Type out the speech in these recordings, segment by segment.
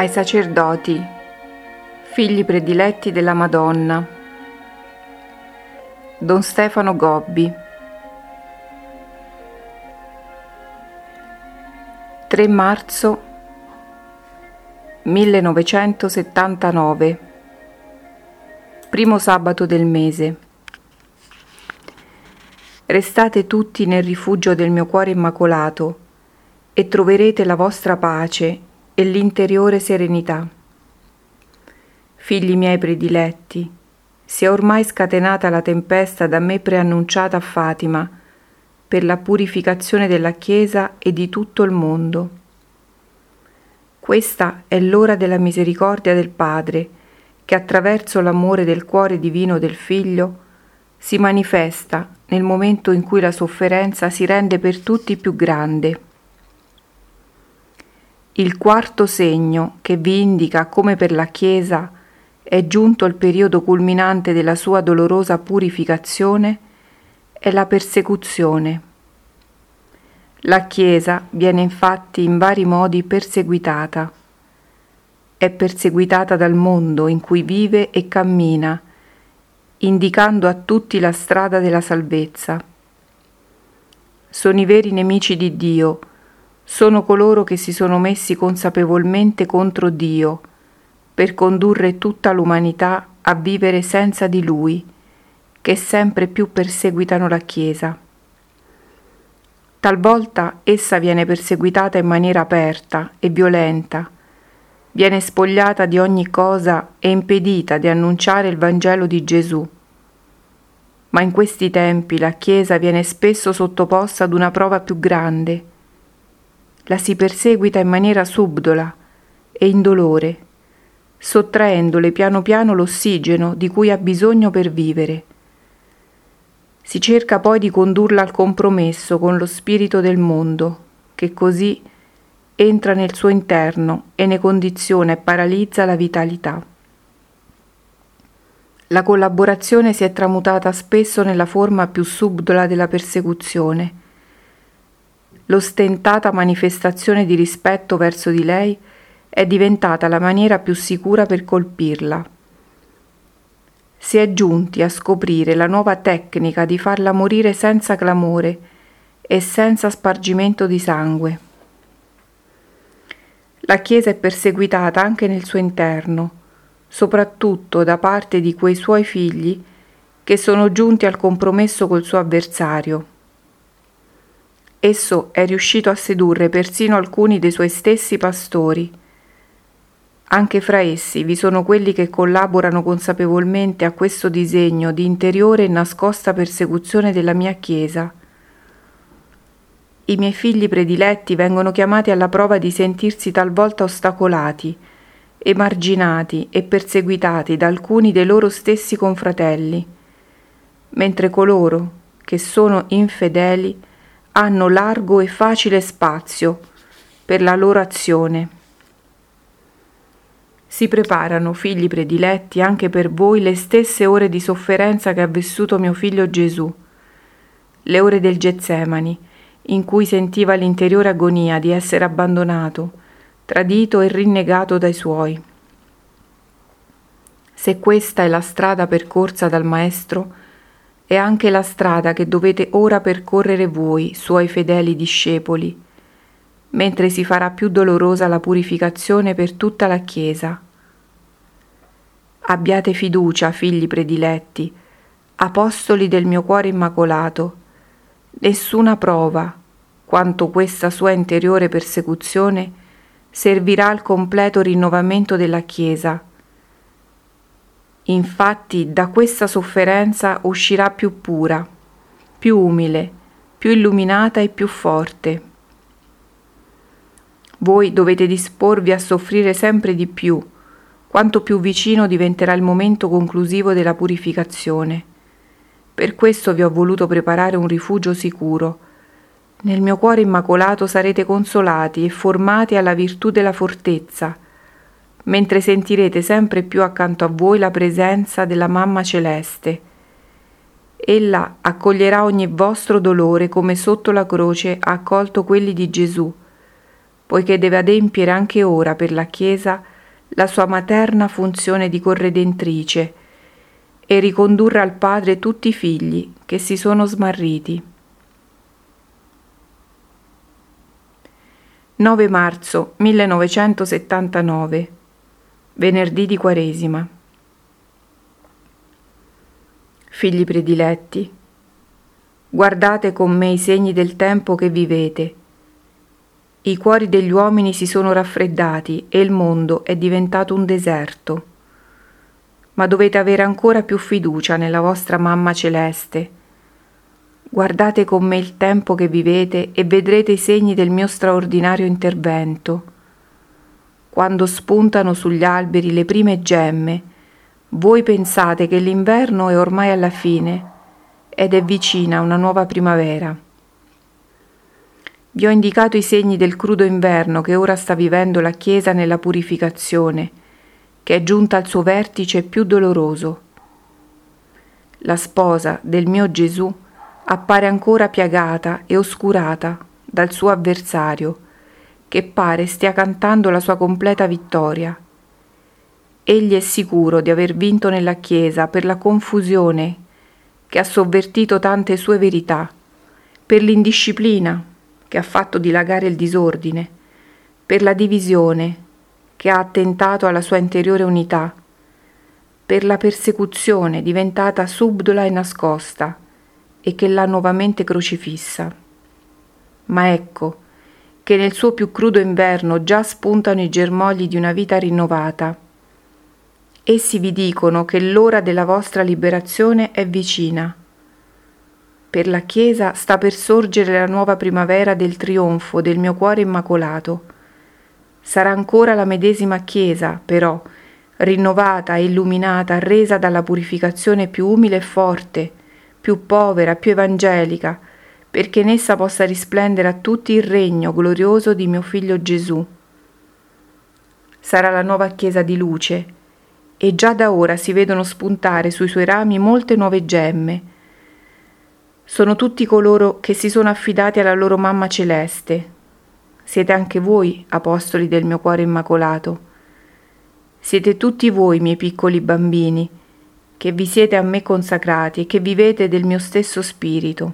ai sacerdoti, figli prediletti della Madonna. Don Stefano Gobbi. 3 marzo 1979, primo sabato del mese. Restate tutti nel rifugio del mio cuore immacolato e troverete la vostra pace e l'interiore serenità. Figli miei prediletti, si è ormai scatenata la tempesta da me preannunciata a Fatima per la purificazione della Chiesa e di tutto il mondo. Questa è l'ora della misericordia del Padre, che attraverso l'amore del cuore divino del Figlio si manifesta nel momento in cui la sofferenza si rende per tutti più grande. Il quarto segno che vi indica come per la Chiesa è giunto il periodo culminante della sua dolorosa purificazione è la persecuzione. La Chiesa viene infatti in vari modi perseguitata. È perseguitata dal mondo in cui vive e cammina, indicando a tutti la strada della salvezza. Sono i veri nemici di Dio, sono coloro che si sono messi consapevolmente contro Dio per condurre tutta l'umanità a vivere senza di Lui, che sempre più perseguitano la Chiesa. Talvolta essa viene perseguitata in maniera aperta e violenta, viene spogliata di ogni cosa e impedita di annunciare il Vangelo di Gesù. Ma in questi tempi la Chiesa viene spesso sottoposta ad una prova più grande. La si perseguita in maniera subdola e indolore, sottraendole piano piano l'ossigeno di cui ha bisogno per vivere. Si cerca poi di condurla al compromesso con lo spirito del mondo, che così entra nel suo interno e ne condiziona e paralizza la vitalità. La collaborazione si è tramutata spesso nella forma più subdola della persecuzione. L'ostentata manifestazione di rispetto verso di lei è diventata la maniera più sicura per colpirla. Si è giunti a scoprire la nuova tecnica di farla morire senza clamore e senza spargimento di sangue. La Chiesa è perseguitata anche nel suo interno, soprattutto da parte di quei suoi figli che sono giunti al compromesso col suo avversario. Esso è riuscito a sedurre persino alcuni dei suoi stessi pastori. Anche fra essi vi sono quelli che collaborano consapevolmente a questo disegno di interiore e nascosta persecuzione della mia Chiesa. I miei figli prediletti vengono chiamati alla prova di sentirsi talvolta ostacolati, emarginati e perseguitati da alcuni dei loro stessi confratelli, mentre coloro che sono infedeli hanno largo e facile spazio per la loro azione. Si preparano, figli prediletti, anche per voi le stesse ore di sofferenza che ha vissuto mio figlio Gesù, le ore del Getsemani, in cui sentiva l'interiore agonia di essere abbandonato, tradito e rinnegato dai suoi. Se questa è la strada percorsa dal Maestro, è anche la strada che dovete ora percorrere voi, suoi fedeli discepoli, mentre si farà più dolorosa la purificazione per tutta la Chiesa. Abbiate fiducia, figli prediletti, apostoli del mio cuore immacolato. Nessuna prova, quanto questa sua interiore persecuzione, servirà al completo rinnovamento della Chiesa. Infatti, da questa sofferenza uscirà più pura, più umile, più illuminata e più forte. Voi dovete disporvi a soffrire sempre di più, quanto più vicino diventerà il momento conclusivo della purificazione. Per questo vi ho voluto preparare un rifugio sicuro. Nel mio cuore immacolato sarete consolati e formati alla virtù della fortezza, mentre sentirete sempre più accanto a voi la presenza della Mamma Celeste. Ella accoglierà ogni vostro dolore come sotto la croce ha accolto quelli di Gesù, poiché deve adempiere anche ora per la Chiesa la sua materna funzione di corredentrice e ricondurre al Padre tutti i figli che si sono smarriti. 9 marzo 1979, venerdì di Quaresima. Figli prediletti, guardate con me i segni del tempo che vivete. I cuori degli uomini si sono raffreddati e il mondo è diventato un deserto. Ma dovete avere ancora più fiducia nella vostra Mamma Celeste. Guardate con me il tempo che vivete e vedrete i segni del mio straordinario intervento. Quando spuntano sugli alberi le prime gemme, voi pensate che l'inverno è ormai alla fine ed è vicina una nuova primavera. Vi ho indicato i segni del crudo inverno che ora sta vivendo la Chiesa nella purificazione, che è giunta al suo vertice più doloroso. La sposa del mio Gesù appare ancora piagata e oscurata dal suo avversario, che pare stia cantando la sua completa vittoria. Egli è sicuro di aver vinto nella Chiesa per la confusione che ha sovvertito tante sue verità, per l'indisciplina che ha fatto dilagare il disordine, per la divisione che ha attentato alla sua interiore unità, per la persecuzione diventata subdola e nascosta e che l'ha nuovamente crocifissa. Ma ecco che nel suo più crudo inverno già spuntano i germogli di una vita rinnovata. Essi vi dicono che l'ora della vostra liberazione è vicina. Per la Chiesa sta per sorgere la nuova primavera del trionfo del mio cuore immacolato. Sarà ancora la medesima Chiesa, però, rinnovata e illuminata, resa dalla purificazione più umile e forte, più povera, più evangelica, perché in essa possa risplendere a tutti il regno glorioso di mio Figlio Gesù. Sarà la nuova Chiesa di luce, e già da ora si vedono spuntare sui suoi rami molte nuove gemme. Sono tutti coloro che si sono affidati alla loro Mamma Celeste. Siete anche voi, apostoli del mio cuore immacolato. Siete tutti voi, miei piccoli bambini, che vi siete a me consacrati e che vivete del mio stesso spirito.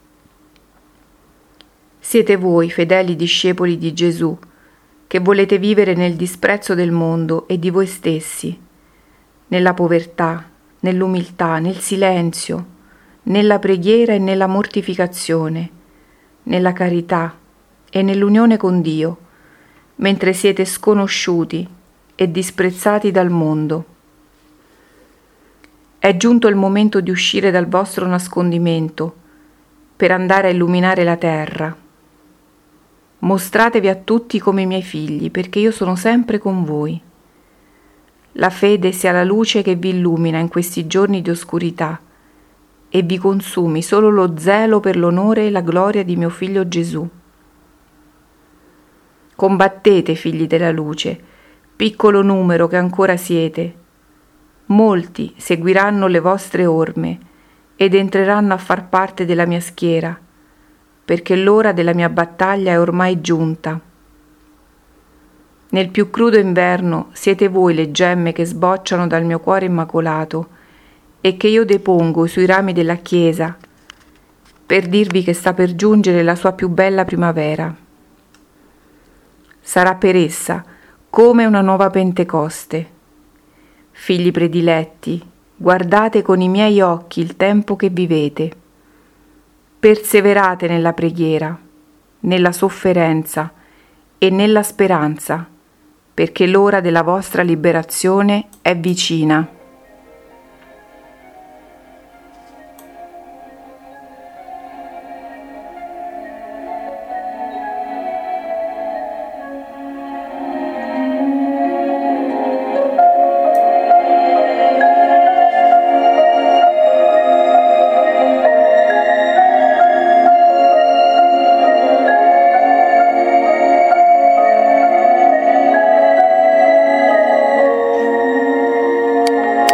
Siete voi, fedeli discepoli di Gesù, che volete vivere nel disprezzo del mondo e di voi stessi, nella povertà, nell'umiltà, nel silenzio, nella preghiera e nella mortificazione, nella carità e nell'unione con Dio, mentre siete sconosciuti e disprezzati dal mondo. È giunto il momento di uscire dal vostro nascondimento per andare a illuminare la terra. Mostratevi a tutti come i miei figli, perché io sono sempre con voi. La fede sia la luce che vi illumina in questi giorni di oscurità e vi consumi solo lo zelo per l'onore e la gloria di mio Figlio Gesù. Combattete, figli della luce, piccolo numero che ancora siete. Molti seguiranno le vostre orme ed entreranno a far parte della mia schiera, perché l'ora della mia battaglia è ormai giunta. Nel più crudo inverno siete voi le gemme che sbocciano dal mio cuore immacolato e che io depongo sui rami della Chiesa per dirvi che sta per giungere la sua più bella primavera. Sarà per essa come una nuova Pentecoste. Figli prediletti, guardate con i miei occhi il tempo che vivete. Perseverate nella preghiera, nella sofferenza e nella speranza, perché l'ora della vostra liberazione è vicina.